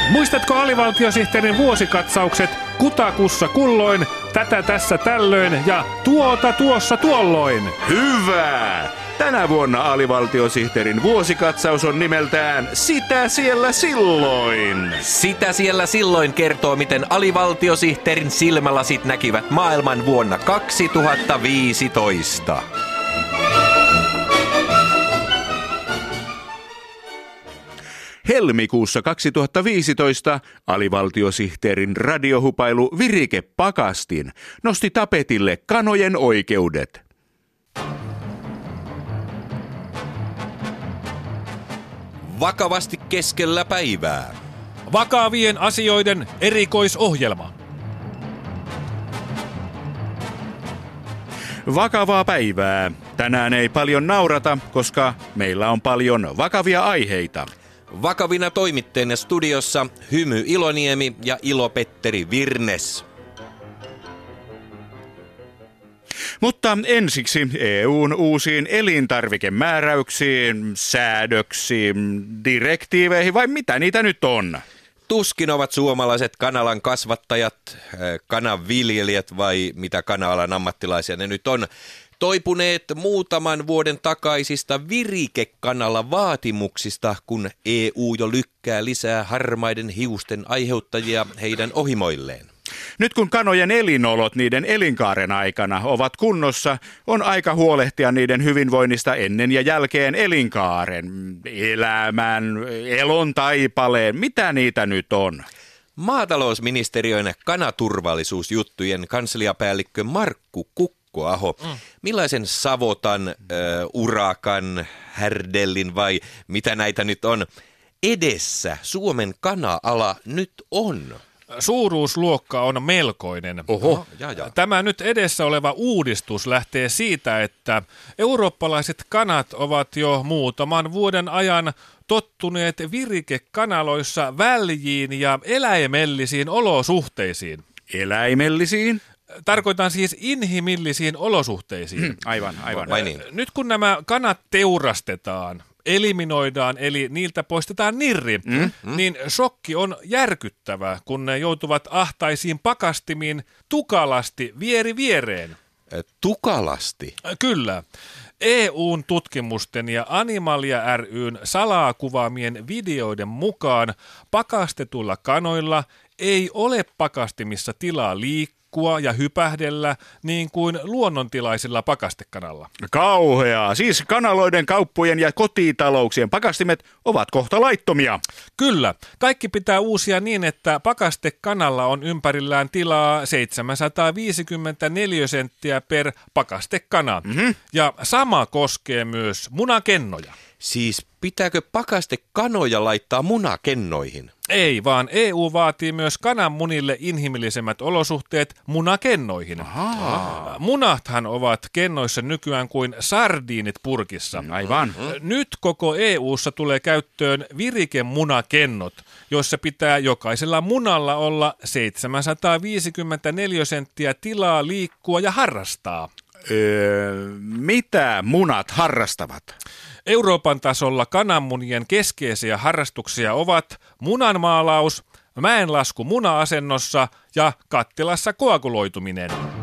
Muistatko alivaltiosihteerin vuosikatsaukset kutakussa kulloin, tätä tässä tällöin ja tuota tuossa tuolloin? Hyvä! Tänä vuonna alivaltiosihteerin vuosikatsaus on nimeltään Sitä siellä silloin. Sitä siellä silloin kertoo, miten alivaltiosihteerin silmälasit näkivät maailman vuonna 2015. Helmikuussa 2015 alivaltiosihteerin radiohupailu Virike Pakastin nosti tapetille kanojen oikeudet. Vakavasti keskellä päivää. Vakavien asioiden erikoisohjelma. Vakavaa päivää. Tänään ei paljon naurata, koska meillä on paljon vakavia aiheita. Vakavina toimittajina studiossa Hymy Iloniemi ja Ilo-Petteri Virnes. Mutta ensiksi EUn uusiin elintarvikemääräyksiin, säädöksiin, direktiiveihin vai mitä niitä nyt on? Tuskin ovat suomalaiset kanalan kasvattajat, kananviljelijät vai mitä kana-alan ammattilaisia ne nyt on, toipuneet muutaman vuoden takaisista virikekanala vaatimuksista, kun EU jo lykkää lisää harmaiden hiusten aiheuttajia heidän ohimoilleen. Nyt kun kanojen elinolot niiden elinkaaren aikana ovat kunnossa, on aika huolehtia niiden hyvinvoinnista ennen ja jälkeen elinkaaren, elämän, elon taipaleen, mitä niitä nyt on. Maatalousministeriön kanaturvallisuusjuttujen kansliapäällikkö Markku Kukkoaho, millaisen savotan, urakan, härdellin vai mitä näitä nyt on, edessä Suomen kana-ala nyt on? Suuruusluokka on melkoinen. Oho. Tämä nyt edessä oleva uudistus lähtee siitä, että eurooppalaiset kanat ovat jo muutaman vuoden ajan tottuneet virikekanaloissa väljiin ja eläimellisiin olosuhteisiin. Eläimellisiin? Tarkoitan siis inhimillisiin olosuhteisiin. Aivan. Vai niin? Nyt kun nämä kanat teurastetaan, eliminoidaan, eli niiltä poistetaan nirri, niin shokki on järkyttävä, kun ne joutuvat ahtaisiin pakastimiin tukalasti vieri viereen. Tukalasti? Kyllä. EUn tutkimusten ja Animalia ry:n salaa kuvaamien videoiden mukaan pakastetuilla kanoilla ei ole pakastimissa tilaa liikkua ja hypähdellä niin kuin luonnontilaisilla pakastekanalla. Kauheaa. Siis kanaloiden, kauppojen ja kotitalouksien pakastimet ovat kohta laittomia. Kyllä. Kaikki pitää uusia niin, että pakastekanalla on ympärillään tilaa 754 senttiä per pakastekana. Ja sama koskee myös munakennoja. Siis pitääkö pakastekanoja laittaa munakennoihin? Ei, vaan EU vaatii myös kananmunille inhimillisemmät olosuhteet munakennoihin. Munathan ovat kennoissa nykyään kuin sardiinit purkissa. Aivan. Nyt koko EU:ssa tulee käyttöön virikemunakennot, joissa pitää jokaisella munalla olla 754 senttiä tilaa liikkua ja harrastaa. Mitä munat harrastavat? Euroopan tasolla kananmunien keskeisiä harrastuksia ovat munanmaalaus, mäenlasku muna-asennossa ja kattilassa koaguloituminen.